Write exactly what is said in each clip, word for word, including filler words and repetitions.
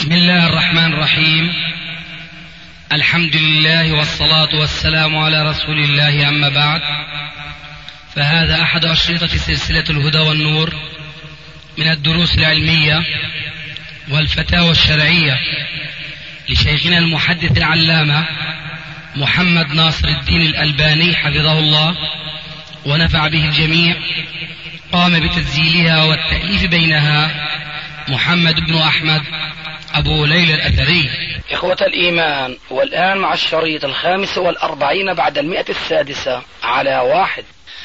بسم الله الرحمن الرحيم. الحمد لله والصلاة والسلام على رسول الله، أما بعد، فهذا أحد أشرطة سلسلة الهدى والنور من الدروس العلمية والفتاوى الشرعية لشيخنا المحدث العلامة محمد ناصر الدين الألباني حفظه الله ونفع به الجميع. قام بتسجيلها والتأليف بينها محمد بن أحمد أبو ليلى الأثري. إخوة الإيمان، والآن مع الشريط الخامس والأربعين بعد المئة السادسة على واحد.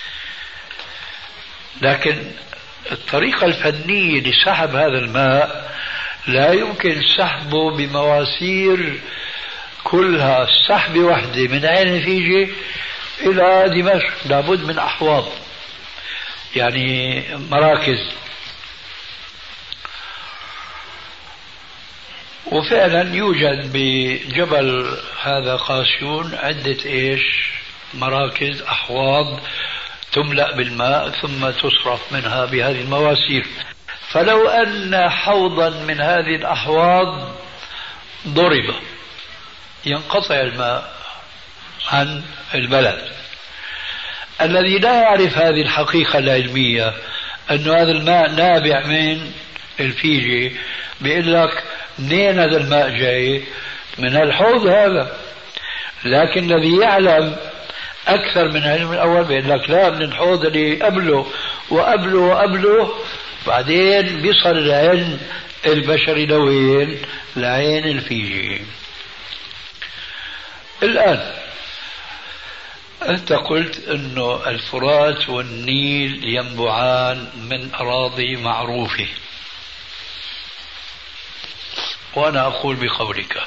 لكن الطريقة الفنية لسحب هذا الماء لا يمكن سحبه بمواسير كلها سحبة واحدة من عين الفيجة إلى دمشق، لابد من أحواض، يعني مراكز. وفعلا يوجد بجبل هذا قاسيون عدة إيش مراكز، أحواض تملأ بالماء ثم تصرف منها بهذه المواسير. فلو أن حوضا من هذه الأحواض ضرب ينقطع الماء عن البلد. الذي لا يعرف هذه الحقيقة العلمية أن هذا الماء نابع من الفيجة، بيقول لك منين هذا الماء جاي؟ من الحوض هذا. لكن الذي يعلم أكثر من علم الأول بيقول لك لا، من الحوض اللي قبله وقبله وقبله، بعدين بيصل العلم البشري لوين؟ لعين الفيجي. الآن أنت قلت أنه الفرات والنيل ينبعان من أراضي معروفة، وأنا أقول بقولك.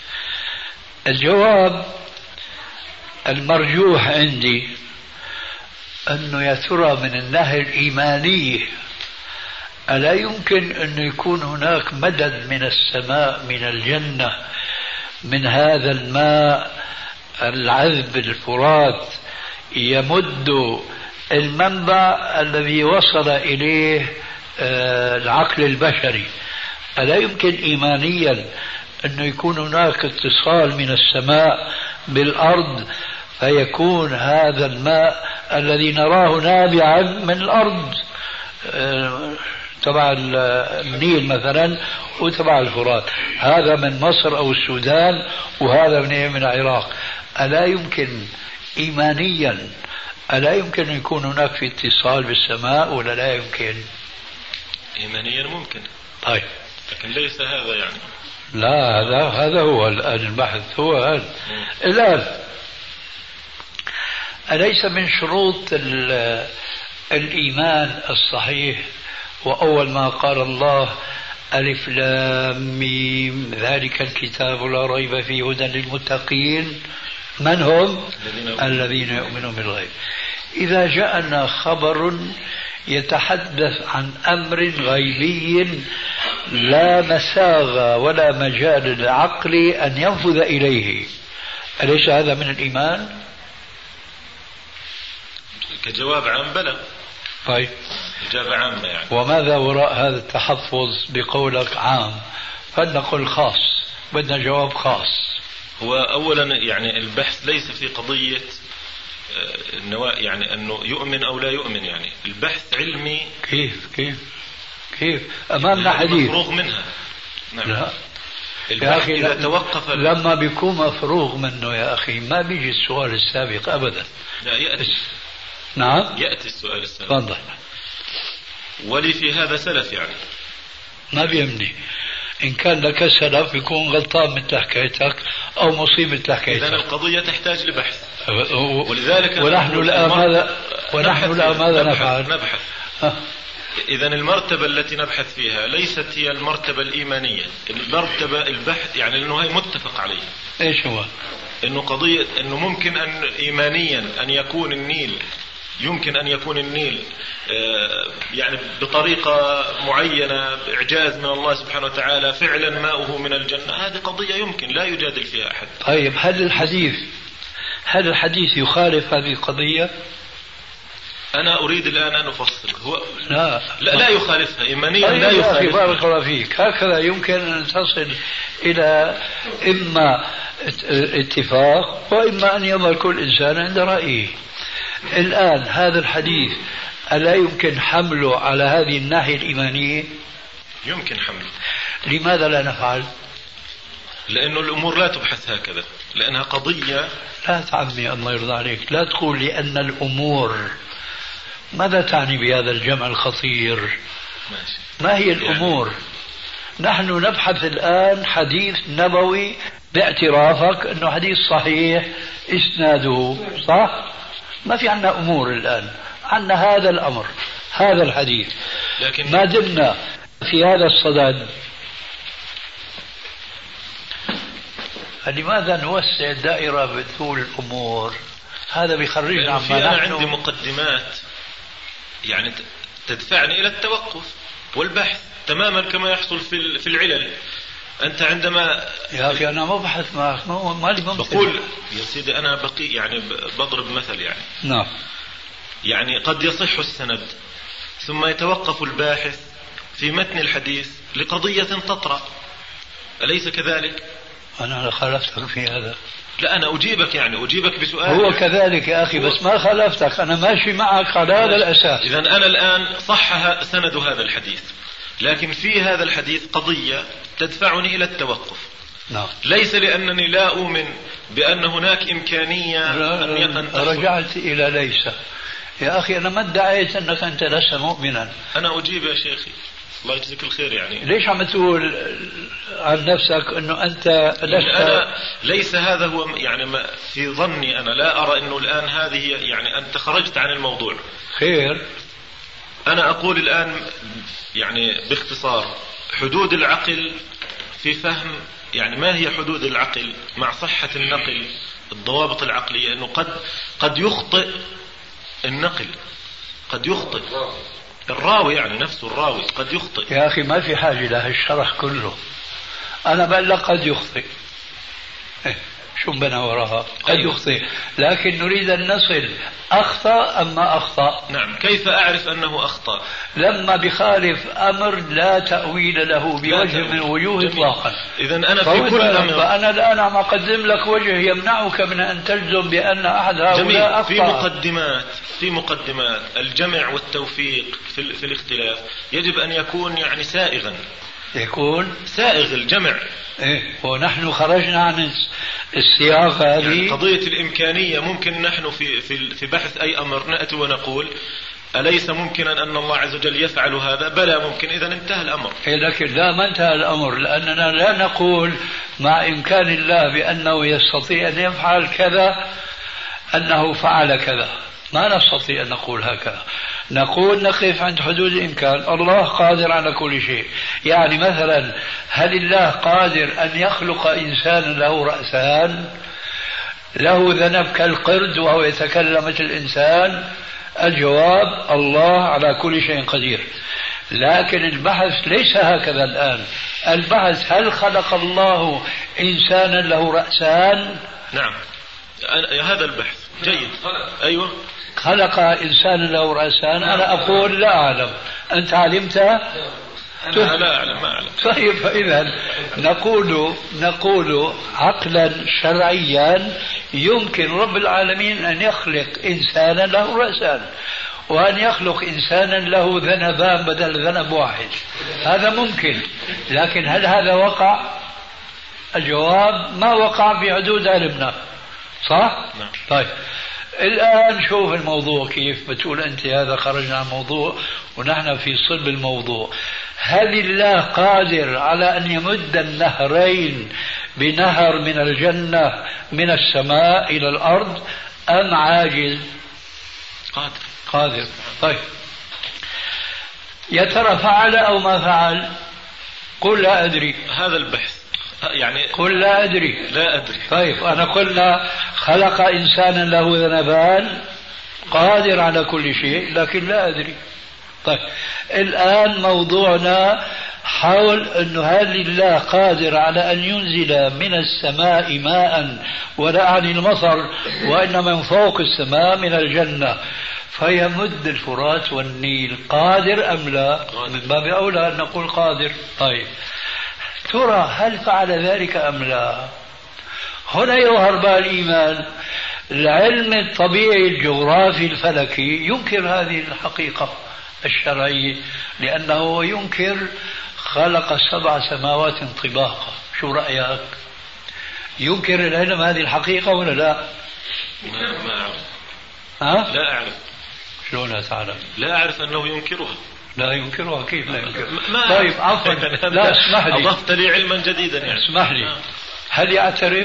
الجواب المرجوح عندي أنه يا ترى من الناحية الإيمانية ألا يمكن أن يكون هناك مدد من السماء من الجنة من هذا الماء العذب الفرات يمد المنبع الذي وصل إليه العقل البشري؟ ألا يمكن إيمانيا أنه يكون هناك اتصال من السماء بالأرض فيكون هذا الماء الذي نراه نابعا من الأرض تبع النيل مثلا وتبع الفرات، هذا من مصر أو السودان وهذا من من العراق، ألا يمكن إيمانيا ألا يمكن أن يكون هناك في اتصال بالسماء ولا لا يمكن؟ إيمانيا ممكن، طيب، لكن ليس هذا يعني. لا، هذا هذا هو الآن البحث. هو الآن الآن أليس من شروط الإيمان الصحيح وأول ما قال الله ألف لام ميم ذلك الكتاب لا ريب فيه هدى للمتقين، من هم؟ الذين يؤمنون بالغيب. إذا جاءنا خبر يتحدث عن أمر غيبي لا مساغ ولا مجال للعقل أن ينفذ إليه، أليس هذا من الإيمان؟ كجواب عام بلى. طيب، إجابة عامة يعني. وماذا وراء هذا التحفظ بقولك عام؟ فلنقل خاص، بدنا جواب خاص. هو أولا يعني البحث ليس في قضية يعني أنه يؤمن أو لا يؤمن، يعني البحث علمي. كيف كيف كيف أمامنا حديث مفروغ منها. نعم. لا يا أخي إذا توقف لما بيكون مفروغ منه يا أخي ما بيجي السؤال السابق أبدا. لا يأتي. نعم يأتي السؤال السابق. تفضل. ولي في هذا سلف يعني ما بيهمني إن كان لك سلف يكون غلطان مثل حكايتك أو مصيب مثل حكايتك. إذن القضية تحتاج لبحث. ولذلك ونحن الآن ماذا ونحن الآن ماذا نفعل؟ نبحث. إذن المرتبة التي نبحث فيها ليست هي المرتبة الإيمانية، المرتبة البحث يعني لأنه هي متفق عليه. إيش هو؟ إنه قضية إنه ممكن أن إيمانيا أن يكون النيل يمكن أن يكون النيل يعني بطريقة معينة إعجاز من الله سبحانه وتعالى فعلا ماؤه من الجنة، هذه قضية يمكن لا يجادل فيها أحد. طيب، هل الحديث هل الحديث يخالف هذه القضية؟ أنا أريد الآن أن أفصل. هو لا لا, لا يخالفها إيمانيا، لا يخالفها. بارك الله يخالفها. فيك. هكذا يمكن أن تصل إلى إما اتفاق وإما أن يظل كل إنسان عند رأيه. الآن هذا الحديث ألا يمكن حمله على هذه الناحية الإيمانية؟ يمكن حمله. لماذا لا نفعل؟ لأنه الأمور لا تبحث هكذا، لأنها قضية. لا تعمي الله يرضى عليك، لا تقول لأن الأمور. ماذا تعني بهذا الجمع الخطير؟ ماشي. ما هي الأمور؟ يعني نحن نبحث الآن حديث نبوي باعترافك أنه حديث صحيح إسناده صح؟ ما في عنا أمور الآن، عنا هذا الأمر، هذا الحديث. لكن ما دمنا في هذا الصدد، لماذا نوسع الدائرة بطول الأمور؟ هذا بيخرجنا عما في أنا نحن. عندي مقدمات يعني تدفعني إلى التوقف والبحث تماما كما يحصل في في العلل. أنت عندما يا أخي أنا ما بحث معك، ما ما لي ممكن. بقول يا سيدي أنا بقي يعني بضرب مثل يعني نعم. يعني قد يصح السند ثم يتوقف الباحث في متن الحديث لقضية تطرأ، أليس كذلك؟ أنا خالفتك في هذا. لا أنا أجيبك يعني أجيبك بسؤال. هو يعني. كذلك يا أخي، بس ما خالفتك، أنا ماشي معك على هذا الأساس. إذا أنا الآن صح سند هذا الحديث، لكن في هذا الحديث قضية تدفعني إلى التوقف. نعم. ليس لأنني لا أؤمن بأن هناك إمكانية أن رجعت إلى ليس. يا أخي أنا ما ادعيت أنك أنت لست مؤمنا. أنا أجيب يا شيخي الله يجزيك الخير. يعني ليش عم تقول عن نفسك أنه أنت لست؟ أنا ليس هذا هو يعني ما في ظني، أنا لا أرى أنه الآن هذه يعني أنت خرجت عن الموضوع. خير. أنا أقول الآن يعني باختصار حدود العقل في فهم يعني ما هي حدود العقل مع صحة النقل، الضوابط العقلية، أنه قد قد يخطئ النقل، قد يخطئ الراوي يعني نفسه الراوي قد يخطئ. يا أخي ما في حاجة له الشرح كله، أنا بقول لك قد يخطئ. إيه شو بنا وراها؟ قد يخطئ، لكن نريد أن نصل أخطأ أم ما أخطأ. نعم. كيف أعرف أنه أخطأ؟ لما بخالف أمر لا تأويل له بوجه من وجوه إطلاقا. إذن أنا في كل أمر، فأنا الآن عم أقدم لك وجه يمنعك من أن تجزم بأن أحد هؤلاء أخطأ. في مقدمات في مقدمات الجمع والتوفيق في, في الاختلاف يجب أن يكون يعني سائغا، يكون سائغ الجمع. إيه ونحن خرجنا عن السياق هذه. يعني قضية الإمكانية ممكن نحن في في في بحث أي أمر نأتي ونقول أليس ممكنا أن الله عز وجل يفعل هذا؟ بلى ممكن، إذا انتهى الأمر. إيه لكن لا ما انتهى الأمر، لأننا لا نقول مع إمكان الله بأنه يستطيع أن يفعل كذا أنه فعل كذا، ما نستطيع أن نقول هكذا. نقول نقف عند حدود الإمكان. الله قادر على كل شيء. يعني مثلا هل الله قادر أن يخلق إنسانا له رأسان له ذنب كالقرد وهو يتكلم مثل الإنسان؟ الجواب الله على كل شيء قدير. لكن البحث ليس هكذا الآن. البحث هل خلق الله إنسانا له رأسان؟ نعم هذا البحث جيد. أيوة خلق إنسانا له رأسان. أنا أقول لا أعلم، أنت علمت؟ أنا لا أعلم، ما أعلم. طيب فإذا نقول نقول عقلا شرعيا يمكن رب العالمين أن يخلق إنسانا له رأسان وأن يخلق إنسانا له ذنبان بدل ذنب واحد، هذا ممكن. لكن هل هذا وقع؟ الجواب ما وقع في حدود علمنا، صح؟ نعم. طيب الآن شوف الموضوع كيف بتقول أنت هذا خرجنا عن الموضوع ونحن في صلب الموضوع. هل الله قادر على أن يمد النهرين بنهر من الجنة من السماء إلى الأرض أم عاجز؟ قادر. قادر. طيب يا ترى فعل أو ما فعل؟ قل لا أدري. هذا البحث يعني قل لا أدري. لا أدري. طيب أنا قلنا خلق إنسانا له ذنبان قادر على كل شيء لكن لا أدري. طيب الآن موضوعنا حول أنه هل الله قادر على أن ينزل من السماء ماء ولا عن المطر وإنما من فوق السماء من الجنة. فيمد الفرات والنيل، قادر أم لا؟ من باب أولى أن نقول قادر. طيب ترى هل فعل ذلك أم لا؟ هنا يظهر بقى الإيمان. العلم الطبيعي الجغرافي الفلكي ينكر هذه الحقيقة الشرعية، لأنه ينكر خلق سبع سماوات طباقا. شو رأيك؟ ينكر العلم هذه الحقيقة ولا لا؟ ما, ما أعرف. ها؟ لا أعرف. شلون لا تعلم؟ لا أعرف أنه ينكرها. لا ينكرها، كيف لا ينكرها؟ ما طيب عفوا، لا اسمح لي، أضفت لي علما جديدا يعني. اسمح لي، هل يعترف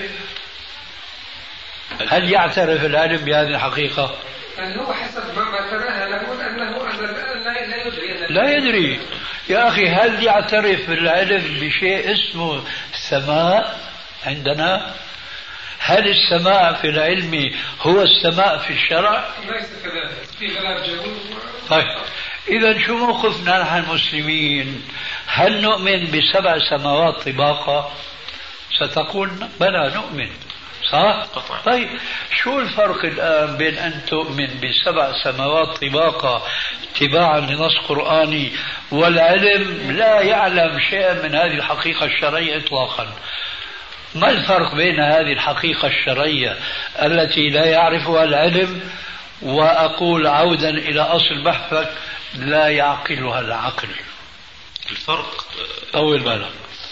هل يعترف العلم بهذه الحقيقة؟ يعني هو حسب ما تناهى له أنه لا يدري لا يدري. يا أخي هل يعترف العلم بشيء اسمه السماء عندنا؟ هل السماء في العلم هو السماء في الشرع؟ ليس كذلك، في غلاف جوي. طيب إذا شو موقفنا نحن المسلمين؟ هل نؤمن بسبع سماوات طباقا؟ ستقول بلى نؤمن، صح؟ طيب شو الفرق الآن بين أن تؤمن بسبع سماوات طباقا اتباعا لنص قرآني والعلم لا يعلم شيئا من هذه الحقيقة الشرعية إطلاقا؟ ما الفرق بين هذه الحقيقة الشرعية التي لا يعرفها العلم، وأقول عودا إلى أصل بحثك، لا يعقلها العقل؟ الفرق طول بالك.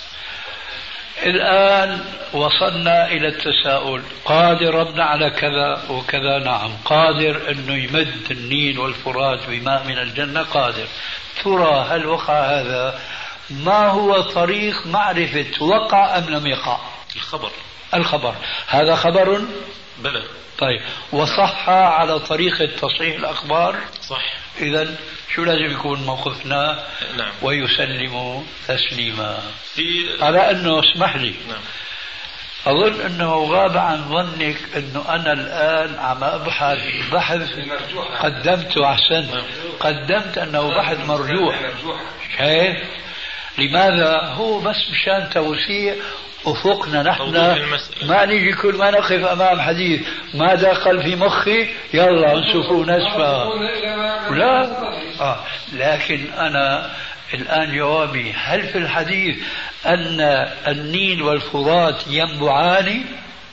الآن وصلنا إلى التساؤل، قادر ربنا على كذا وكذا، نعم قادر أنه يمد النيل والفرات بماء من الجنة، قادر. ترى هل وقع هذا؟ ما هو طريق معرفة وقع أم لم يقع؟ الخبر. الخبر هذا خبر؟ بلى. طيب وصح على طريقة تصحيح الأخبار؟ صح. إذن شو لازم يكون موقفنا؟ نعم. ويسلم تسليما. في على أنه اسمح لي، نعم. أظن أنه غاب عن ظنك أنه أنا الآن عم أبحث بحث قدمته، أحسن قدمت أنه بحث مرجوح. كيف؟ لماذا؟ هو بس مشان توسيع أفقنا نحن، ما نيجي كل ما نقف أمام حديث ما دخل في مخي يلا نشوفه نسفة. لا آه. لكن أنا الآن جوابي، هل في الحديث أن النيل والفرات ينبعان؟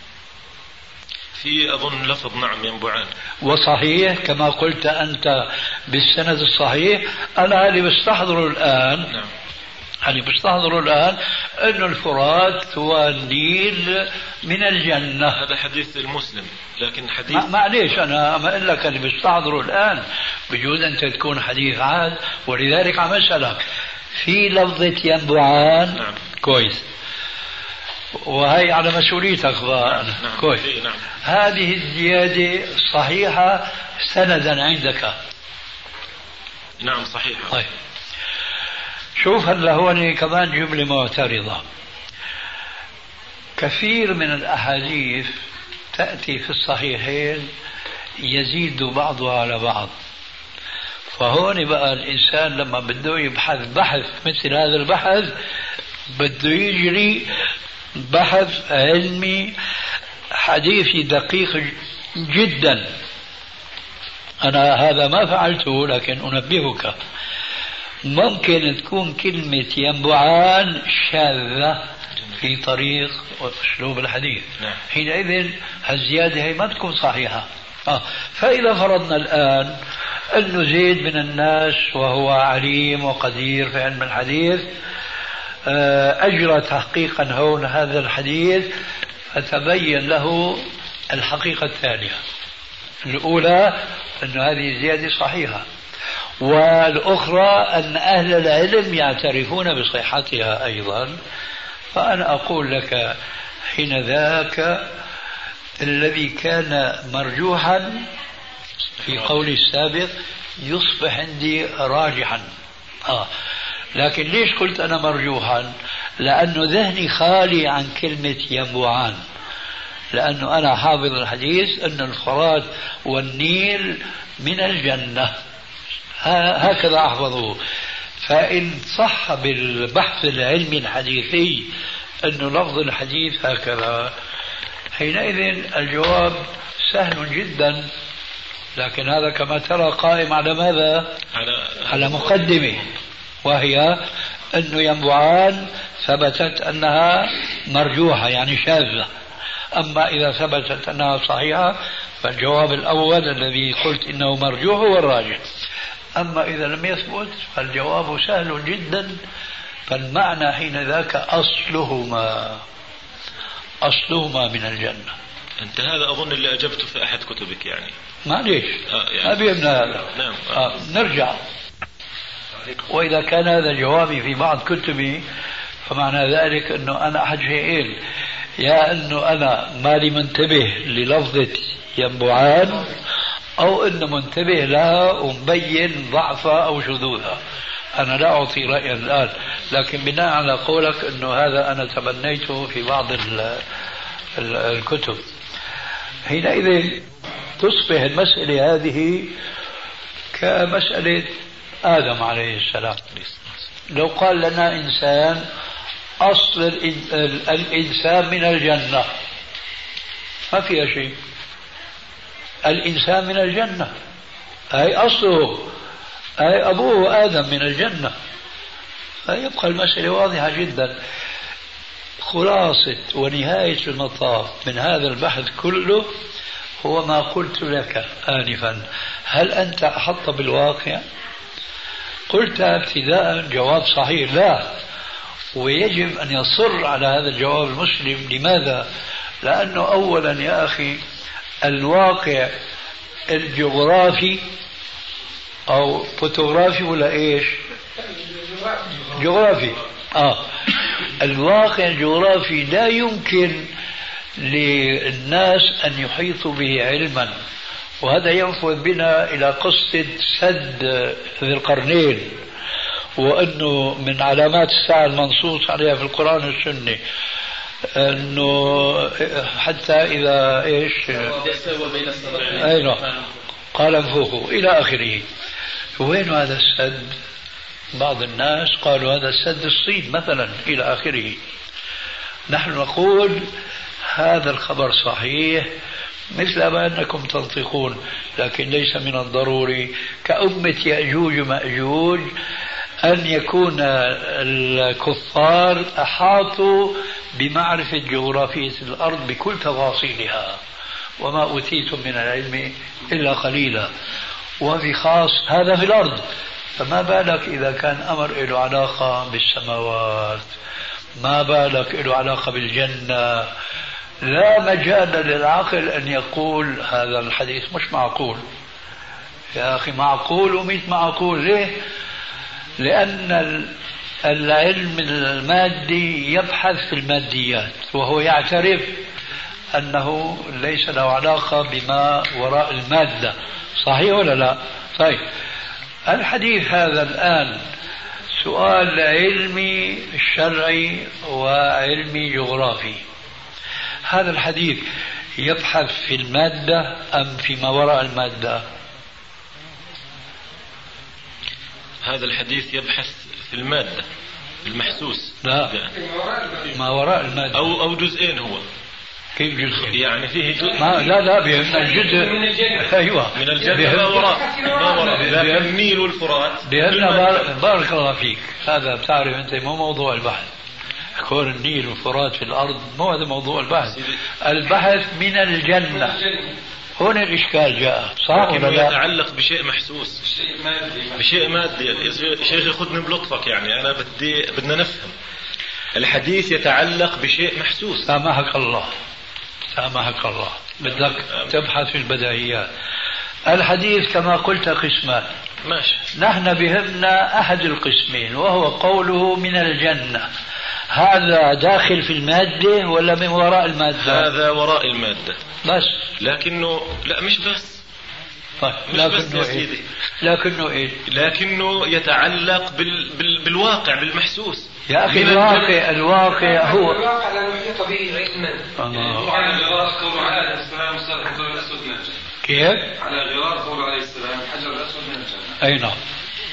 في أظن لفظ نعم ينبعان، وصحيح كما قلت أنت بالسند الصحيح. أنا اللي بستحضره الآن، نعم اللي بستحضره الآن أن الفرات والنيل من الجنة. هذا حديث المسلم، لكن حديث معليش أنا أما أقول لك اللي بستحضره الآن، بجوز أنت تكون حديث عاد، ولذلك عم أسألك في لفظة ينبعان. نعم. كويس، وهي على مسؤوليتك بقى. نعم. نعم. كويس. نعم. هذه الزيادة صحيحة سندا عندك؟ نعم صحيحة. طيب شوف هلا هون كمان جملة معترضة. كثير من الأحاديث تأتي في الصحيحين يزيد بعضها على بعض، فهون بقى الإنسان لما بده يبحث بحث مثل هذا البحث بده يجري بحث علمي حديثي دقيق جدا. أنا هذا ما فعلته، لكن أنبهك ممكن تكون كلمة ينبعان شاذة في طريق وأسلوب الحديث. نعم. حينئذ الزيادة هي ما تكون صحيحة. آه. فإذا فرضنا الآن أنه زيد من الناس وهو عليم وقدير في علم الحديث أجرى تحقيقا هون هذا الحديث، فتبين له الحقيقة الثانية. الأولى أن هذه الزيادة صحيحة، والأخرى أن أهل العلم يعترفون بصحتها أيضا. فأنا أقول لك حين ذاك الذي كان مرجوحا في قولي السابق يصبح عندي راجحا. آه. لكن ليش قلت أنا مرجوحا؟ لأنه ذهني خالي عن كلمة ينبوعان، لأنه أنا حافظ الحديث أن الفرات والنيل من الجنة، هكذا أحفظه. فإن صح بالبحث العلمي الحديثي أنه لفظ الحديث هكذا، حينئذ الجواب سهل جدا. لكن هذا كما ترى قائم على ماذا؟ على, على مقدمة، وهي أنه ينبوعان ثبتت أنها مرجوحة يعني شاذة. أما إذا ثبتت أنها صحيحة فالجواب الأول الذي قلت إنه مرجوح هو الراجح. أما إذا لم يثبت فالجواب سهل جدا. فالمعنى حين ذاك أصلهما أصلهما من الجنة. أنت هذا أظن اللي أجبته في أحد كتبك يعني. معليش آه يعني. ما بيهمنا هذا. نعم. آه. نرجع. وإذا كان هذا جوابي في بعض كتبي فمعنى ذلك أنه أنا أحد شيئين: يا أنه أنا مالي منتبه للفظة ينبوعان، أو أنه منتبه لها ومبين ضعفها أو شذوذها. أنا لا أعطي رأيا الآن، لكن بناء على قولك أنه هذا أنا تبنيته في بعض ال ال الكتب، حينئذ تصبح المسألة هذه كمسألة آدم عليه السلام. لو قال لنا إنسان أصل الإنسان من الجنة، ما فيها شيء. الإنسان من الجنة أي أصله، أي أبوه آدم من الجنة، فيبقى المسألة واضحة جدا. خلاصة ونهاية المطاف من هذا البحث كله هو ما قلت لك آنفا. هل أنت أحط بالواقع؟ قلت ابتداء جواب صحيح لا، ويجب أن يصر على هذا الجواب المسلم. لماذا؟ لأنه أولا يا أخي الواقع الجغرافي أو فوتوغرافي ولا إيش؟ جغرافي. آه الواقع الجغرافي لا يمكن للناس أن يحيطوا به علما. وهذا ينفذ بنا إلى قصة سد ذي القرنين، وأنه من علامات الساعة المنصوص عليها في القرآن والسنة أنه حتى إذا إيش أيوة قال انفخوا إلى آخره. وين هذا السد؟ بعض الناس قالوا هذا السد الصين مثلا إلى آخره. نحن نقول هذا الخبر صحيح مثل ما أنكم تنطقون، لكن ليس من الضروري كأمة يأجوج ومأجوج أن يكون الكفار أحاطوا بمعرفة جغرافية الأرض بكل تفاصيلها، وما أوتيتم من العلم إلا قليلا. وفي خاص هذا في الأرض، فما بالك إذا كان أمر له علاقة بالسماوات، ما بالك له علاقة بالجنة. لا مجال للعقل أن يقول هذا الحديث مش معقول. يا أخي معقول وميت معقول. ليه؟ لأن العلم المادي يبحث في الماديات، وهو يعترف أنه ليس له علاقة بما وراء المادة. صحيح ولا لا؟ طيب الحديث هذا الآن سؤال علمي شرعي وعلمي جغرافي. هذا الحديث يبحث في المادة أم فيما وراء المادة؟ هذا الحديث يبحث في المادة المحسوس. لا ما وراء المادة. أو أو جزئين. هو كيف جزء؟ يعني فيه جزء. ما لا لا بيهمنا الجزء من الجنة. أيوة من الجنة ما وراء ما وراء لكن النيل والفرات بيهمنا. بارك الله فيك. هذا بتعرف أنت مو موضوع البحث. كون النيل والفرات في الأرض مو هذا موضوع البحث. البحث من الجنة. هون الإشكال جاء. صح ولا لا؟ يتعلق بشيء محسوس، بشيء مادي. شيخي خذني بلطفك، يعني أنا بدي بدنا نفهم. الحديث يتعلق بشيء محسوس. سامحك الله سامحك الله، بدك تبحث في البديهيات. الحديث كما قلت قسمان. ماشي. نحن بهمنا أحد القسمين وهو قوله من الجنة. هذا داخل في المادة ولا من وراء المادة؟ هذا وراء المادة بس. لكنه لا مش بس. طيب مش لكنه بس إيه؟ لكنه إيه؟ لكنه يتعلق بال... بال... بالواقع بالمحسوس. يا أخي الواقع الواقع هو الواقع لا نحيط به علما. على الغرار قول عليه السلام الحجر الأسود من الجنة. كيف؟ على الغرار قول عليه السلام الحجر الأسود من الجنة. أي نعم.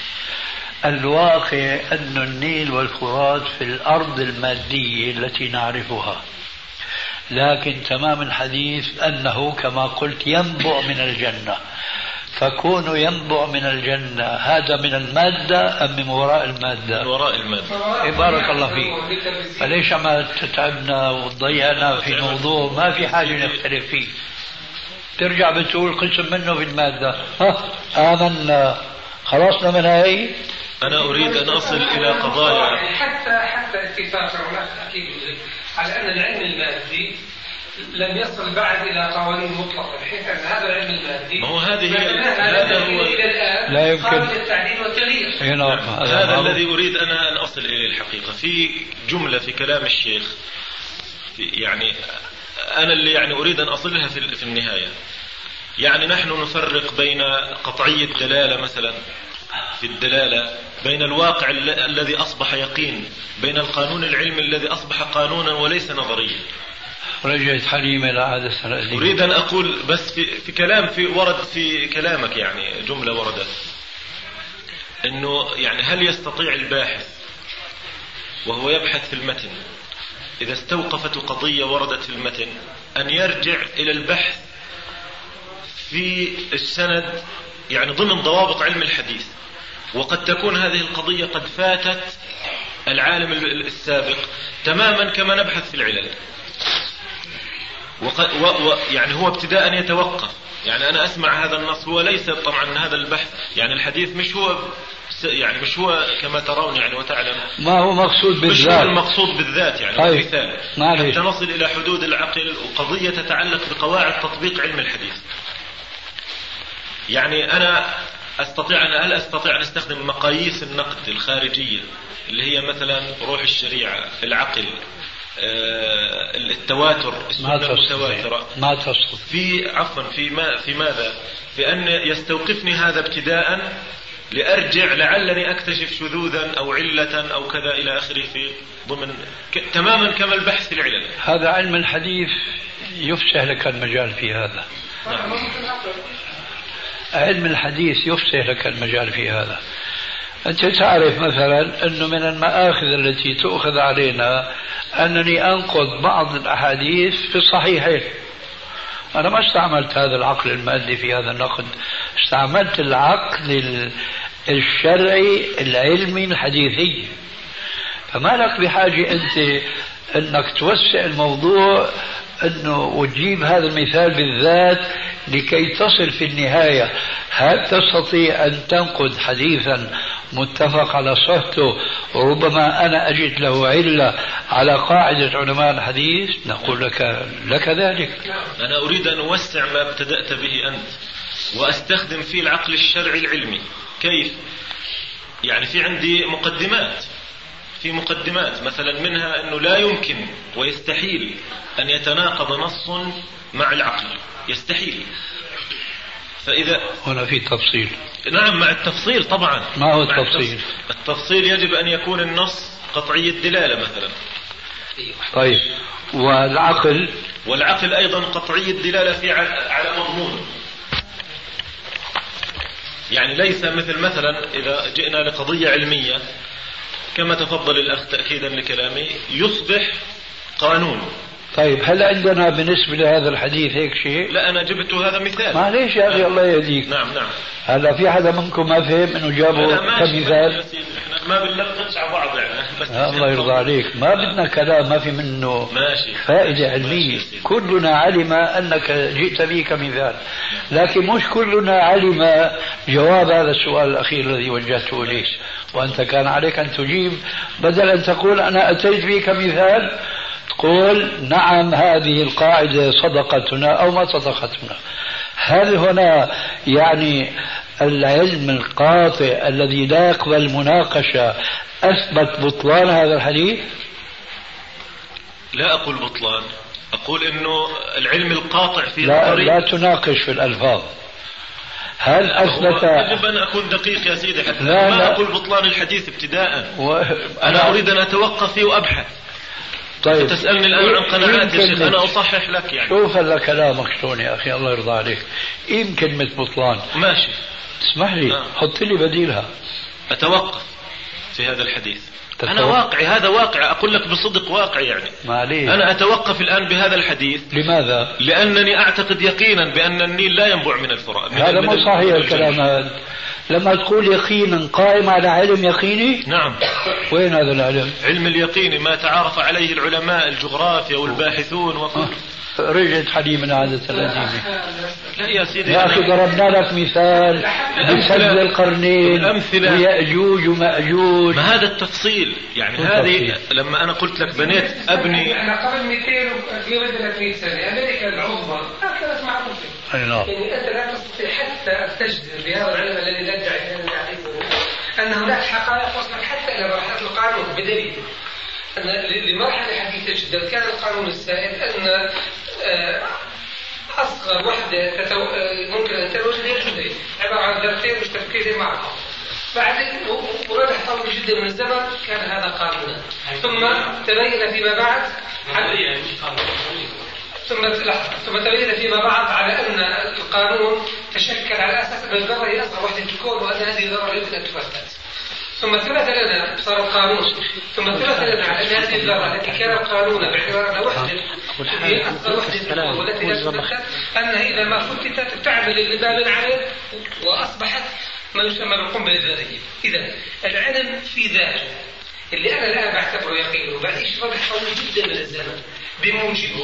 الواقع أن النيل والفرات في الأرض المادية التي نعرفها، لكن تمام الحديث أنه كما قلت ينبع من الجنة. فكون ينبع من الجنة هذا من المادة أم من وراء المادة؟ من وراء المادة. إيه بارك الله فيك. فليش ما تتعبنا وتضيعنا في موضوع ما في حاجة نختلف فيه؟ ترجع بتقول قسم منه في المادة. ها آمنا خلصنا من هاي. أنا أريد أن أصل إلى قضايا حتى حتى اتفاق هناك تأكيد على أن العلم المادي لم يصل بعد إلى قوانين مطلقة بحيث أن هذا العلم المادي ما هو هذه هذا هو لا يمكن التعديل والتغيير. نعم. هذا, هذا الذي أريد أنا أن أصل إليه الحقيقة. في جملة في كلام الشيخ في يعني أنا اللي يعني أريد أن أصلها في, في النهاية. يعني نحن نفرق بين قطعي الدلالة مثلا في الدلالة، بين الواقع الذي أصبح يقين، بين القانون العلمي الذي أصبح قانونا وليس نظريا. رجعت حليمة لعادة سنة. أريد أن أقول بس في, في كلام في ورد في كلامك يعني جملة وردت إنه يعني هل يستطيع الباحث وهو يبحث في المتن إذا استوقفت قضية وردت في المتن أن يرجع إلى البحث في السند يعني ضمن ضوابط علم الحديث، وقد تكون هذه القضية قد فاتت العالم السابق تماما كما نبحث في العلل، وق... و... و... يعني هو ابتداء يتوقف. يعني أنا أسمع هذا النص، هو ليس طبعا هذا البحث يعني الحديث مش هو يعني مش هو كما ترون يعني وتعلم ما هو مقصود بالذات، مش هو المقصود بالذات يعني طيب. مثال معلش. حتى نصل إلى حدود العقل وقضية تتعلق بقواعد تطبيق علم الحديث. يعني أنا أستطيع أن هل أستطيع أن أستخدم مقاييس النقد الخارجية اللي هي مثلا روح الشريعة، العقل، آه التواتر، السنة المتواترة، ما تستطيع في عفوا في ما في ماذا في أن يستوقفني هذا ابتداء لأرجع لعلني أكتشف شذوذا أو علة أو كذا إلى آخره في ضمن ك... تماما كما البحث في العلل. هذا علم الحديث يفسح لك المجال في هذا. نعم. علم الحديث يفسح لك المجال في هذا. أنت تعرف مثلا أنه من المآخذ التي تؤخذ علينا أنني أنقض بعض الأحاديث في الصحيحين. أنا ما استعملت هذا العقل المادي في هذا النقد، استعملت العقل الشرعي العلمي الحديثي. فما لك بحاجة أنت أنك توسع الموضوع أنه وتجيب هذا المثال بالذات لكي تصل في النهاية. هل تستطيع أن تنقد حديثا متفق على صحته وربما أنا أجد له علة على قاعدة علماء الحديث؟ نقول لك لك ذلك. أنا أريد أن أوسع ما ابتدأت به أنت وأستخدم فيه العقل الشرعي العلمي. كيف؟ يعني في عندي مقدمات في مقدمات مثلا منها أنه لا يمكن ويستحيل أن يتناقض نص مع العقل، يستحيل. فإذا هنا في تفصيل. نعم مع التفصيل طبعا. ما هو التفصيل؟ التفصيل يجب أن يكون النص قطعي الدلالة مثلا. طيب والعقل؟ والعقل أيضا قطعي الدلالة في على مضمون. يعني ليس مثل مثلا إذا جئنا لقضية علمية كما تفضل الأخ تأكيدا لكلامي يصبح قانون. طيب هل عندنا بالنسبة لهذا الحديث هيك شيء؟ لا أنا جبت هذا مثال. معليش يا أخي الله يهديك. نعم نعم. هلا في حدا منكم ما فهم إنه جابوا كمثال؟ ما بنلقنش على بعض يعني. بس الله يرضى عليك، ما بدنا كلام ما في منه ماشي. فائدة علمية. ماشي. كلنا علم أنك جئت به كمثال، لكن مش كلنا علم جواب هذا السؤال الأخير الذي وجهته إليه، وأنت كان عليك أن تجيب بدل أن تقول أنا أتيت به كمثال، تقول نعم هذه القاعدة صدقتنا أو ما صدقتنا. هل هنا يعني العلم القاطع الذي لا يقبل مناقشة أثبت بطلان هذا الحديث؟ لا أقول بطلان، أقول إنه العلم القاطع في لا, لا تناقش في الألفاظ. هل أثبت؟ يجب أن أكون دقيق يا سيدي حتى لا ما لا أقول بطلان الحديث ابتداء و... أنا أريد أن أتوقف فيه وأبحث. طيب تسألني الآن عن قناعات يا شيخ، أنا أصحح لك يعني. شوف هلا كلامك شلون يا أخي الله يرضى عليك. إيه كلمة بطلان؟ ماشي اسمح لي آه. حط لي بديلها. أتوقف في هذا الحديث أنا واقعي، هذا واقع، أقول لك بصدق واقع يعني. معليه. أنا أتوقف الآن بهذا الحديث. لماذا؟ لأنني أعتقد يقينا بأن النيل لا ينبع من الفرات. هذا مو صحيح الكلام هذا. لما تقول يقينا قائم على علم يقيني؟ نعم. وين هذا العلم؟ علم اليقين ما تعارف عليه العلماء الجغرافيا والباحثون وكل. رجعت حليمنا عادة القديمة. لا يا سيدي يا أخي ضربنا لك مثال بسد القرنين ويأجوج ومأجوج. ما هذا التفصيل يعني هذه لما أنا قلت لك بنيت أبني. أنا قبل مئتين في ثلاثمئة سنة أمريكا العظمى كانت معروفة. يعني أنت لا تستطيع حتى أن تجزم بهذا العلم الذي ندعي أنه يعرفه أن هناك حقائق وصلت حتى إلى مرحلة القانون بدليل أن لمرحلة حديثة جدا كان القانون السائد أن أصغر وحدة تتو... ممكن أن تتوجد هي الجزئية عبارة عن ذرتين مشتركين معا. بعدين ورد طول جدا من الزمن كان هذا قانونا، ثم تبين فيما بعد عن... ثم ثم تبين فيما بعد على أن القانون تشكل على أساس أن الذرة هي أصغر وحدة في الكون وأن هذه الذرة يمكن أن تفتت. ثم ثبت لنا صار القانون ثم ثبت لنا على أن هذه الذرة التي كان القانون باعتبار أنها وحدة هي أصغر وحدة والتي لا تفتت أنها إذا ما فتتت تعمل اللبان عليه وأصبحت ما يسمى بالقنبلة الذرية. إذا العلم في ذاته اللي أنا الآن بعتبره يقين وبعد إشراف طويل جدا من الزمن بموجبه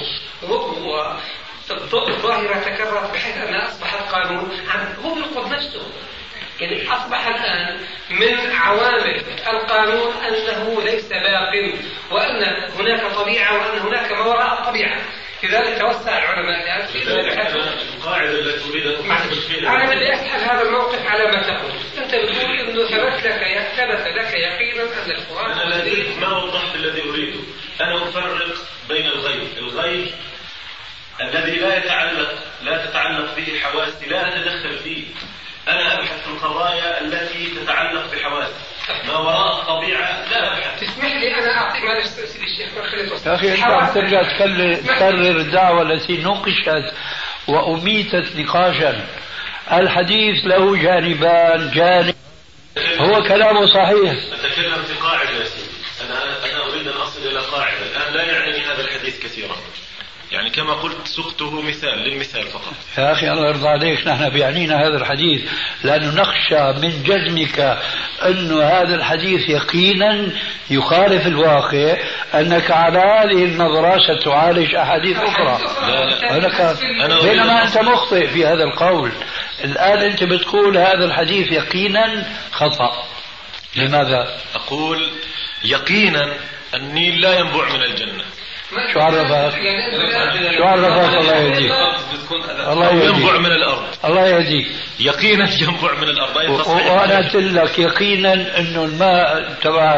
الظاهرة تكررت بحيث أنها أصبحت قانون هو يقض نفسه. يعني أصبح الآن من عوامل القانون أنه ليس باق وأن هناك طبيعة وأن هناك ما وراء الطبيعة. لذلك توسع العلماء الآن في القاعدة التي تريد أن أنا بدي أسأل هذا الموقف على ما تقول. أنت بتقول إنه ثبت لك ثبت لك يقينا أن القرآن أنا الذي ما وضحت الذي أريده. أنا أفرق بين الغيب الغيب الذي لا يتعلق لا تتعلق به حواسي لا أتدخل فيه. أنا أبحث في القضايا التي تتعلق بحواسي ما وراء الطبيعة لا أبحث. تسمح لي أنا أعطيك معلش سيدي الشيخ يا أخي أنت عم ترجع تكرر الدعوة التي نقشت وأميتت نقاشا. الحديث له جانبان. جانب هو كلامه صحيح. أتكلم في قاعدة يا سيدي. أنا أنا أريد أن أصل إلى قاعدة الآن لا يعنيني هذا الحديث كثيرا يعني كما قلت سقته مثال للمثال فقط. يا أخي الله يرضى عليك نحن بيعنينا هذا الحديث لأنه نخشى من جزمك أنه هذا الحديث يقينا يخالف الواقع أنك على هذه النظرة ستعالج أحاديث أخرى. لا لا أنا بينما أنت مخطئ في هذا القول. الآن أنت بتقول هذا الحديث يقينا خطأ. لماذا؟ أقول يقينا النيل لا ينبع من الجنة. شو عرفك؟ شو عرفك؟ الله يهديك. الله يهديك. ينبع من الأرض. الله يهديك. يقينا ينبع من الأرض. وأنا قلت لك يقينا إنه الماء تبع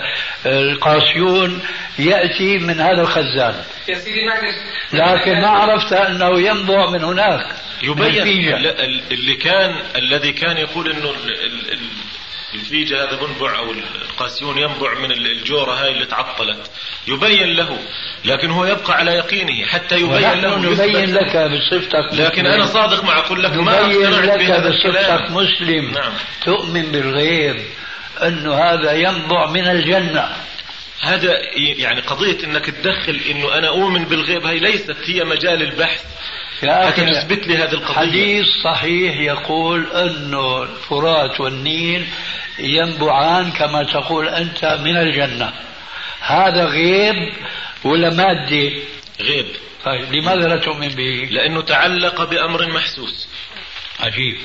القاسيون يأتي من هذا الخزان. لكن ما عرفت أنه ينبع من هناك. يبين اللي كان الذي كان يقول إنه الفيجة هذا بنبع أو القاسيون ينبع من الجورة هاي اللي تعطلت يبين له لكن هو يبقى على يقينه حتى يبين له يبين لك بصفتك لكن أنا صادق مع أقول لك ما يبين لك بصفتك مسلم. نعم. تؤمن بالغيب أنه هذا ينبع من الجنة. هذا يعني قضية أنك تدخل أنه أنا أؤمن بالغيب هاي ليست هي مجال البحث حتى تثبت لي هذه القضية. حديث صحيح يقول أنه الفرات والنيل ينبعان كما تقول أنت من الجنة. هذا غيب ولا مادة؟ غيب. طيب لماذا لا تؤمن به؟ لأنه تعلق بأمر محسوس. عجيب.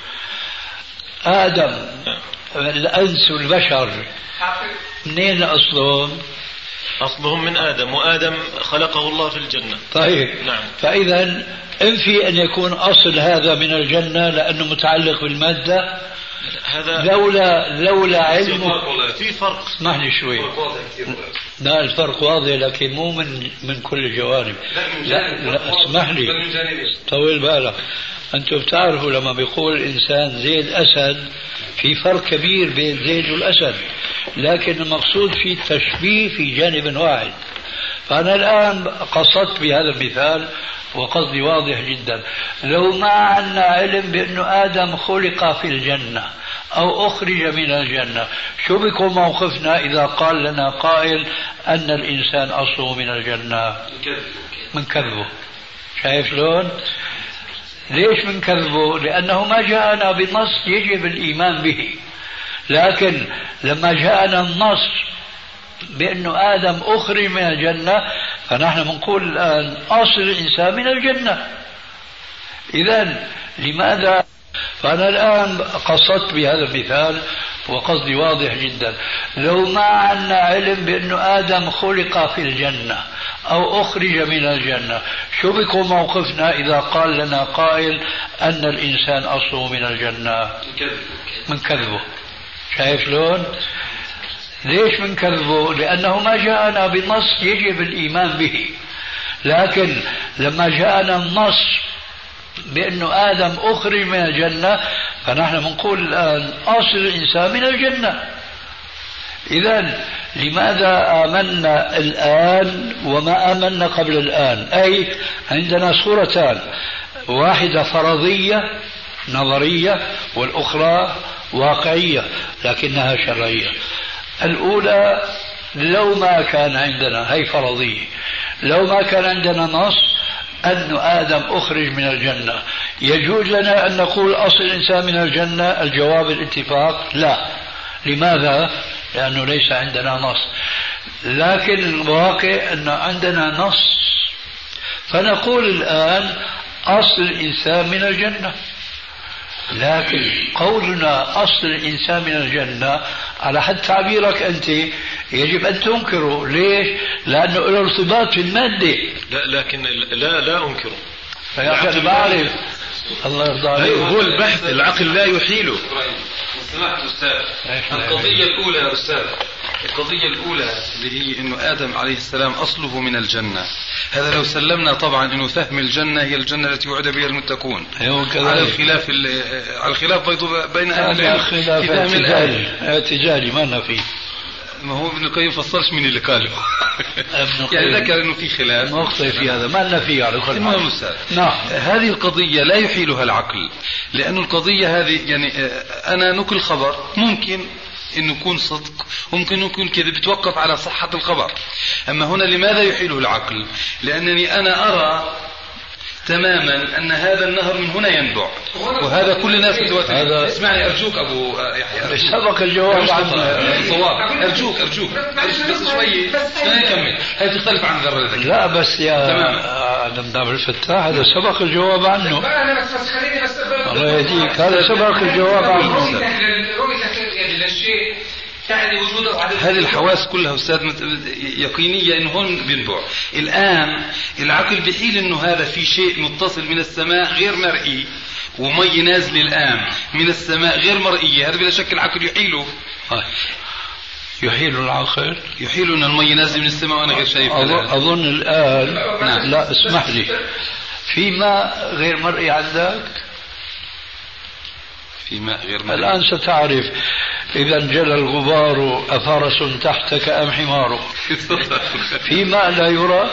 آدم الأنس والبشر منين أصلهم؟ أصلهم من آدم وآدم خلقه الله في الجنة. طيب. نعم. فإذا انفي أن يكون أصل هذا من الجنة لأنه متعلق بالمادة. هذا لولا لولا علم في فرق. اسمح لي شوي. لا الفرق واضح لكن مو من من كل الجوانب. لا لا اسمح لي طول بالك. أنتم بتعرفوا لما بيقول الإنسان زيد أسد في فرق كبير بين زيد والأسد لكن المقصود في التشبيه في جانب واحد. فأنا الآن قصدت بهذا المثال وقصدي واضح جدا. لو ما عندنا علم بأنه آدم خلق في الجنة أو أخرج من الجنة، شو بيكون موقفنا إذا قال لنا قائل أن الإنسان أصله من الجنة؟ من كذبه. شايف شلون؟ ليش من كذبه؟ لأنه ما جاءنا بنص يجب الإيمان به، لكن لما جاءنا النص بأنه آدم أخرج من الجنة فنحن بنقول الآن أصل الإنسان من الجنة. إذن لماذا؟ فأنا الآن قصدت بهذا المثال وقصدي واضح جدا. لو ما عندنا علم بأنه آدم خلق في الجنة أو أخرج من الجنة، شو بيكون موقفنا إذا قال لنا قائل أن الإنسان أصله من الجنة؟ من كذبه. شايف شلون؟ ليش من كذبه؟ لأنه ما جاءنا بنص يجب الإيمان به، لكن لما جاءنا النص بأنه آدم أخرج من الجنة فنحن بنقول الآن أصل الإنسان من الجنة. إذن لماذا آمنا الآن وما آمنا قبل الآن؟ أي عندنا صورتان، واحدة فرضية نظرية والأخرى واقعية لكنها شرعية. الأولى لو ما كان عندنا، هي فرضية، لو ما كان عندنا نص أن آدم أخرج من الجنة يجوز لنا أن نقول أصل الإنسان من الجنة؟ الجواب الاتفاق لا. لماذا؟ لأنه ليس عندنا نص. لكن الواقع أن عندنا نص، فنقول الآن أصل الإنسان من الجنة. لكن قولنا أصل الإنسان من الجنة على حد تعبيرك أنت يجب أن تنكره. ليش؟ لأنه له ارتباط في المادة. لا لكن لا لا أنكره. فيعقل بعرف. الله يرضى عليك. هو البحث العقل لا يحيله. سمعت أستاذ القضية الأولى يا أستاذ، القضية الأولى اللي هي إنه آدم عليه السلام أصله من الجنة، هذا لو سلمنا طبعا إنه فهم الجنة هي الجنة التي وعد بها المتقون، على الخلاف على الخلاف بين أهل العلم. خلاف اعتزالي اعتزالي ما فيه. ما هو ابن القيم فصلش من اللي قاله يعني ذكر انه في خلاف مخطئ في هذا، ما لنا فيه على كل المهم أستاذ. نعم هذه القضية لا يحيلها العقل، لأن القضية هذه يعني أنا نقل خبر ممكن انه يكون صدق وممكن يكون كذب، بتوقف على صحة الخبر. اما هنا لماذا يحيله العقل؟ لانني انا ارى تماما ان هذا النهر من هنا ينبع، وهذا كل الناس متواتر. هذا اسمعني ارجوك ابو يحيى، سبق الجواب عنه صواب. ارجوك ارجوك بس شوي خلينا نكمل، هذه تختلف عن ذرتك. لا بس يا عبد الله الفتاح هذا سبق الجواب عنه. انا بس بس خليني بس الله يهديك، هذا سبق الجواب عنه. الشيء تعني وجوده وعدم. هذه الحواس كلها أستاذ يقينية إنه هون بينبع. الآن العقل بحيل إنه هذا في شيء متصل من السماء غير مرئي، ومي نازل الآن من السماء غير مرئية، هذا بلا شك العقل يحيله. يحيل العقل يحيل إن المي نازل من السماء وأنا غير شايف. أظن الآن نعم. لا اسمح لي، في ماء غير مرئي عندك؟ في ماء غير مرئي. الآن ستعرف إذا انجلى الغبار أفرس تحتك أم حمار. في ماء لا يرى،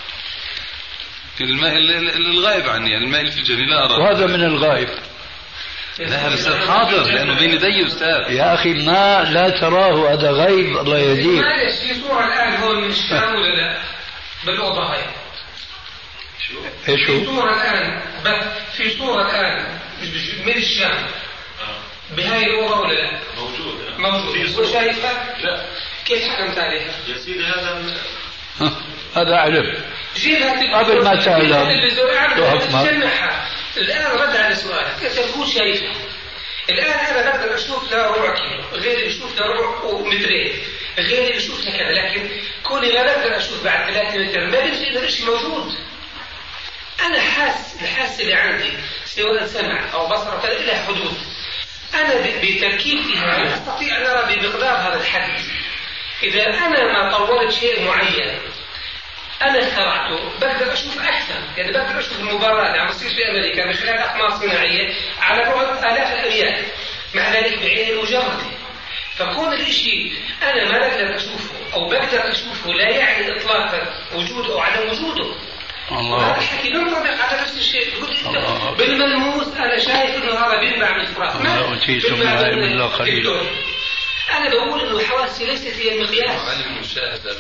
الماء الغائب عني، الماء اللي في الجنة لا أرى، وهذا من الغائب. لا هذا حاضر لأنه بين يدي أستاذ. يا أخي ما لا تراه هذا غيب. الله يهديك. معلش في صورة الآن هون من الشام ولا لا؟ بالأوضة هاي شو؟ إيش في صورة الآن بس في صورة الآن من الشام بهاي الأوضة ولا لا؟ موجود موجود. وشايفها؟ لا. كيف حكمت عليها؟ يا سيدي هذا هذا علم. جيبها قبل ما تعلم تسمعها. الآن رد على سؤالك، أنت تقول شايفها. الآن أنا بقدر أشوف له ربع كيلو، غيري بيشوف له ربع ومترين، غيري بيشوف له كذا، لكن كوني ما بقدر أشوف بعد ثلاثة متر ما بيصير هذا الشيء موجود. أنا حاس الحاسة اللي عندي سواء سمع أو بصر كذا إلى حدود. أنا بتركيبتي هذا أستطيع أن أرى بمقدار هذا الحد. إذا أنا ما طورت شيء معين أنا اخترعته بقدر أشوف أحسن، يعني بقدر أشوف المباراة اللي عم تصير في أمريكا من خلال أقمار صناعية على بعد آلاف الأميال، مع ذلك بعين المجردة. فكون الإشي أنا ما بقدر أشوفه أو بقدر أشوفه لا يعني إطلاقا وجوده أو عدم وجوده. الله. الحكي بينطبق على نفس الشيء. بالملموس أنا شايف إنه هذا بينبع من الفراغ. ما أوتيتم من العلم إلا قليلا. أنا بقول إنه حواسي ليست هي المقياس. علم المشاهدة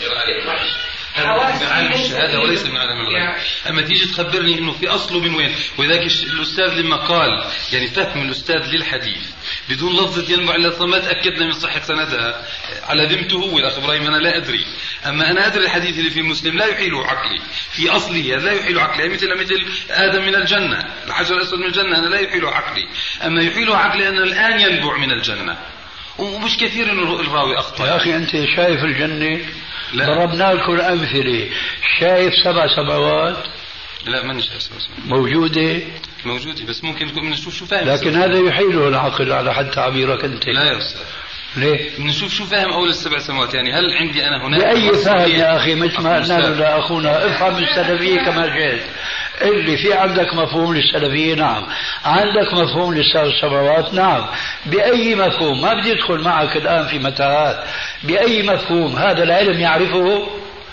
من عالم الشهادة وليس من عالم الغيب. أما تيجي تخبرني إنه في أصله من وين، وذاك الأستاذ لما قال يعني فهم الأستاذ للحديث بدون لفظة ينبع إلا ما تأكدنا من صحة سندها على ذمته هو الأخ إبراهيم، أنا لا أدري. أما أنا أدري الحديث اللي في مسلم لا يحيله عقلي في أصله، لا يحيله عقلي مثل مثل آدم من الجنة، الحجر الأسود من الجنة، أنا لا يحيله عقلي. أما يحيله عقلي أنه الآن ينبع من الجنة، ومش كثير إنه الراوي أخطأ. يا أخي أنت شايف الجنة؟ لا. ضربنا لكم أمثلة. شايف سبع سماوات؟ لا ماني شايف سبع سماوات. موجودة؟ موجودة بس ممكن نكون بنشوف شو فاهم. لكن هذا يحيله العقل على حد تعبيرك أنت. لا يا أستاذ. ليه؟ بنشوف شو فاهم أول السبع سماوات، يعني هل عندي أنا هناك بأي فهم يا أخي؟ مثل ما قلنا لأخونا افهم السلفية كما جئت. اللي في عندك مفهوم للسلفية نعم، عندك مفهوم للسبع السماوات نعم، بأي مفهوم؟ ما بدي أدخل معك الآن في متاهات. بأي مفهوم هذا العلم يعرفه؟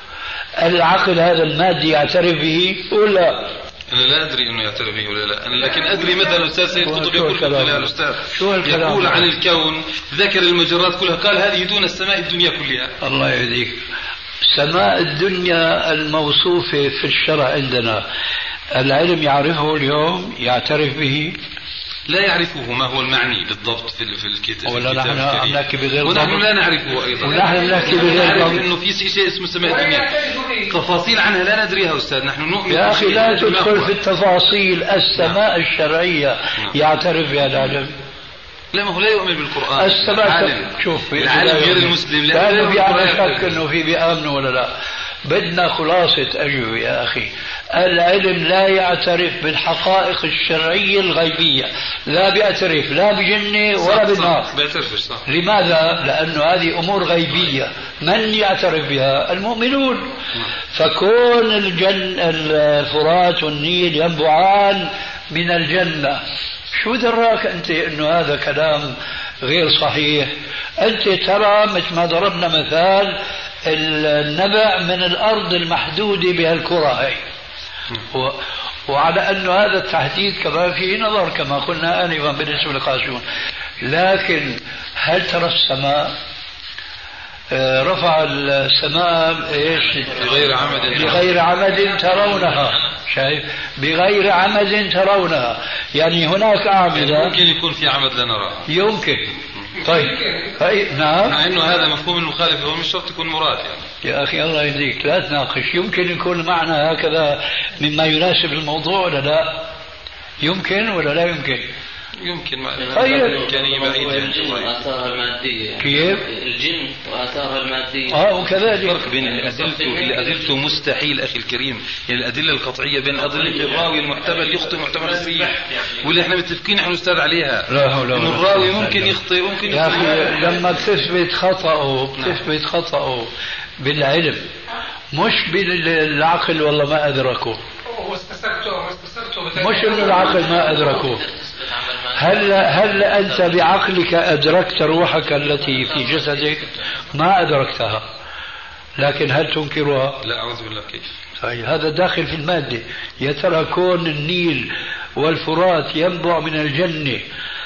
العقل هذا المادي يعترف به ولا؟ أنا لا أدري أنه يعترف به ولا لا، أنا لكن أدري مثلا الأستاذ سيد قطب يقول الأستاذ يقول عن الكون، ذكر المجرات كلها، قال هذه دون السماء الدنيا كلها. الله يهديك. سماء الدنيا الموصوفة في الشرع عندنا العلم يعرفه اليوم، يعترف به؟ لا يعرفه ما هو المعني بالضبط في في الكتاب، ولا نحن نحكي بغير ضبط، ونحن لا نعرفه ايضا، ونحن نحكي بغير ضبط انه في شيء اسمه سماء الدنيا، تفاصيل عنها لا ندريها استاذ، نحن نؤمن. يا اخي لا تدخل في التفاصيل. السماء الشرعيه يعترف بها العلم؟ لا، ما هو لا يؤمن بالقرآن. السماء شوف العالم غير المسلم لا يؤمن بالقرآن. شك انه في بيامنوا ولا لا. بدنا خلاصة أجوبة يا أخي. العلم لا يعترف بالحقائق الشرعية الغيبية، لا بيعترف لا بجنة ولا بالنار. لماذا؟ لأنه هذه أمور غيبية، من يعترف بها؟ المؤمنون. فكون الجن الفرات والنيل ينبعان من الجنة، شو دراك أنت أنه هذا كلام غير صحيح؟ أنت ترى مثل ما ضربنا مثال النبع من الأرض المحدودة بهالكرة هي، و... وعلى أنه هذا التحديد كمان فيه نظر كما قلنا آنفا بالنسبة للقاسون. لكن هل ترى السماء؟ آه رفع السماء ايش؟ بغير عمد بغير عمد ترونها. شايف؟ بغير عمد ترونها، يعني هناك أعمدة ممكن يكون في عمد لا نراها. يمكن. طيب هي نعم، مع انه هذا مفهوم المخالف، هو مش شرط يكون مراد يعني. يا اخي الله يهديك لا تناقش. يمكن يكون المعنى هكذا مما يناسب الموضوع ولا لا؟ يمكن ولا لا يمكن؟ يمكن مع طيب. الإمكانية بعيدة. الجن وآثارها المادية. كيف؟ الجن وآثارها المادية. اه وكذلك الفرق بين الأدلة الأدلة مستحيل أخي الكريم، يعني الأدلة القطعية بين أدلة الراوي المحتمل يخطئ محتمل صحيح، واللي احنا متفقين نحن نستاذ عليها. لا حول ولا قوة. الراوي ممكن يخطئ ممكن يا أخي لما بتثبت خطأه بتثبت خطأه بالعلم مش بالعقل، والله ما أدركه. مش إنه العقل ما أدركه. هل هل أنت بعقلك أدركت روحك التي في جسدك؟ ما أدركتها، لكن هل تنكرها؟ لا أعوذ بالله. كيف؟ طيب هذا داخل في المادة. يا ترى كون النيل والفرات ينبع من الجنة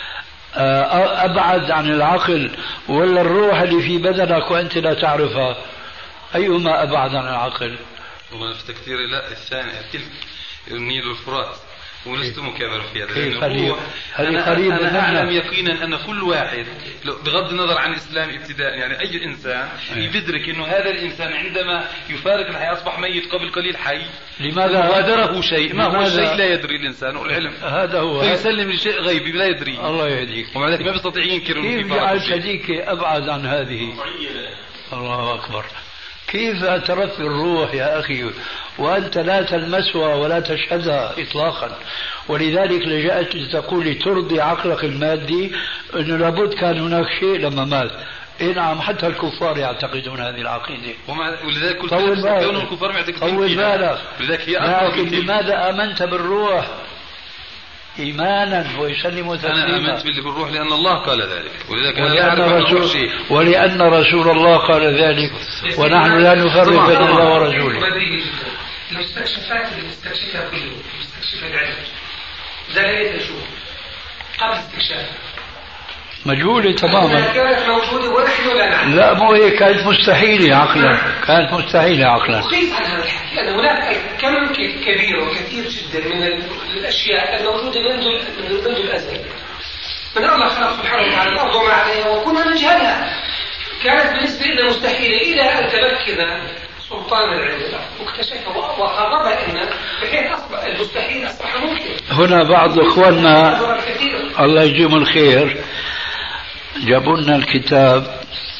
أبعد عن العقل، ولا الروح اللي في بدنك وأنت لا تعرفها؟ أيهما أبعد عن العقل؟ والله في تكثير لا الثاني تلك النيل والفرات، ولست مكابرا في هذا. كيف هذه قريبة؟ أنا أعلم يقينا أن كل واحد بغض النظر عن الإسلام ابتداء، يعني أي إنسان يدرك أنه هذا الإنسان عندما يفارق الحياة أصبح ميت قبل قليل حي. لماذا غادره شيء؟ ما هو الشيء لا يدري الإنسان والعلم هذا هو، فيسلم لشيء غيبي لا يدري. الله يهديك. ومع ذلك ما بيستطيع ينكر. كيف جعلت هذيك أبعد عن هذه؟ الله أكبر. كيف ترفي الروح يا أخي وأنت لا تلمسها ولا تشهدها إطلاقا؟ ولذلك لجأت لتقول لي ترضي عقلك المادي أنه لابد كان هناك شيء لما مات. إيه نعم، حتى الكفار يعتقدون هذه العقيدة. ولذلك كل طول بالك الكفار طول بالك. لكن لماذا آمنت بالروح إيمانا ويسلم تسليما؟ أنا آمنت باللي بالروح لأن الله قال ذلك، ولذلك ولأن, رسول ولأن رسول الله قال ذلك، ونحن لا نفرق بين الله ورسوله. المستكشفات اللي مستكشفها كل يوم مستكشف العلم دلالة نشوف قبل استكشافها مجهولة تماما. كانت موجودة ونحن لا نعلم. لا مو هي كانت مستحيلة عقلا، كانت مستحيلة عقلا. وقيس على هذا الحكي أن هناك كم كبير وكثير جدا من الأشياء الموجودة منذ منذ الأزل. من الله خلق سبحانه وتعالى الأرض وما عليها وكنا نجهلها. كانت بالنسبة لنا مستحيلة إلى أن تمكن سلطان العلم واكتشفها وقربها لنا بحيث أصبح المستحيل أصبح ممكن. هنا بعض إخواننا الله يجزيهم الخير جابوا لنا الكتاب،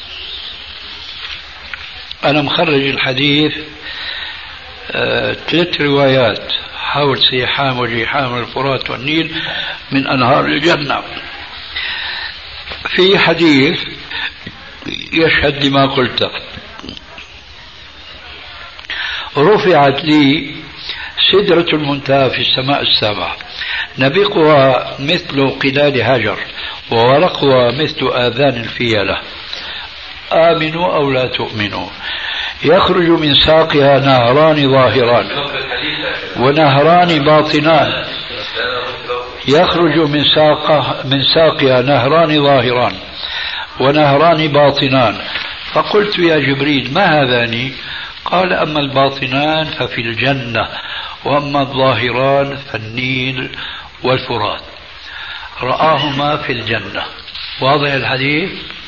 أنا مخرج الحديث آه، ثلاث روايات حول سيحام وجيحام الفرات والنيل من أنهار الجنة. في حديث يشهد لما قلت، رفعت لي سدرة المنتهى في السماء السابعة نبقها مثل قلال هجر وورقها مثل آذان الفيلة، آمنوا أو لا تؤمنوا، يخرج من ساقها نهران ظاهران ونهران باطنان، يخرج من ساقها من ساقها نهران ظاهران ونهران باطنان. فقلت يا جبريل ما هذان؟ قال أما الباطنان ففي الجنة وأما الظاهران فالنيل والفرات، رآهما في الجنة. واضح الحديث؟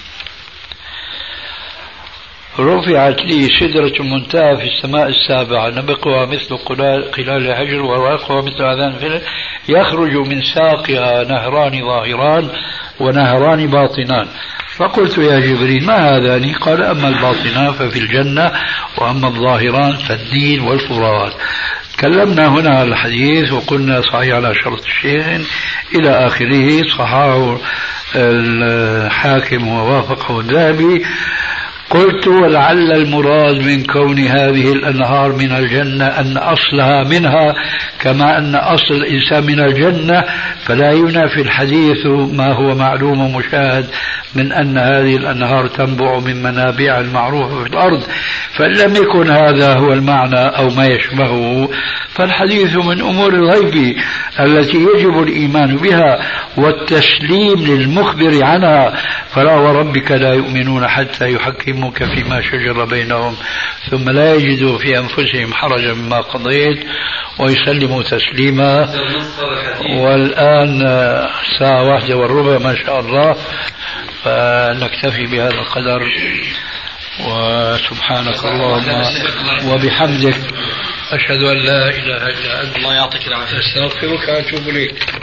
رفعت لي سدرة المنتهى في السماء السابعة نبقها مثل قلال هجر وورقها مثل آذان الفيل، يخرج من ساقها نهران ظاهران ونهران باطنان. فقلت يا جبريل ما هذان؟ قال أما الباطنان ففي الجنة وأما الظاهران فالنيل والفرات. تكلمنا هنا على الحديث وقلنا صحيح على شرط الشيخ إلى آخره، صححه الحاكم ووافقه الذهبي. قلت ولعل المراد من كون هذه الأنهار من الجنة أن أصلها منها كما أن أصل الإنسان من الجنة، فلا ينافي الحديث ما هو معلوم ومشاهد من أن هذه الأنهار تنبع من منابع المعروفة في الأرض. فإن لم يكن هذا هو المعنى أو ما يشبهه فالحديث من أمور الغيب التي يجب الإيمان بها والتسليم للمخبر عنها. فلا وربك لا يؤمنون حتى يحكموك فيما شجر بينهم ثم لا يجدوا في أنفسهم حرجا مما قضيت ويسلموا تسليما. والآن ساعة واحدة والربع ما شاء الله، فنكتفي بهذا القدر. وسبحانك اللهم وبحمدك أشهد أن لا إله إلا أنت، الله يعطيك العافية، أستغفرك وأتوب إليك.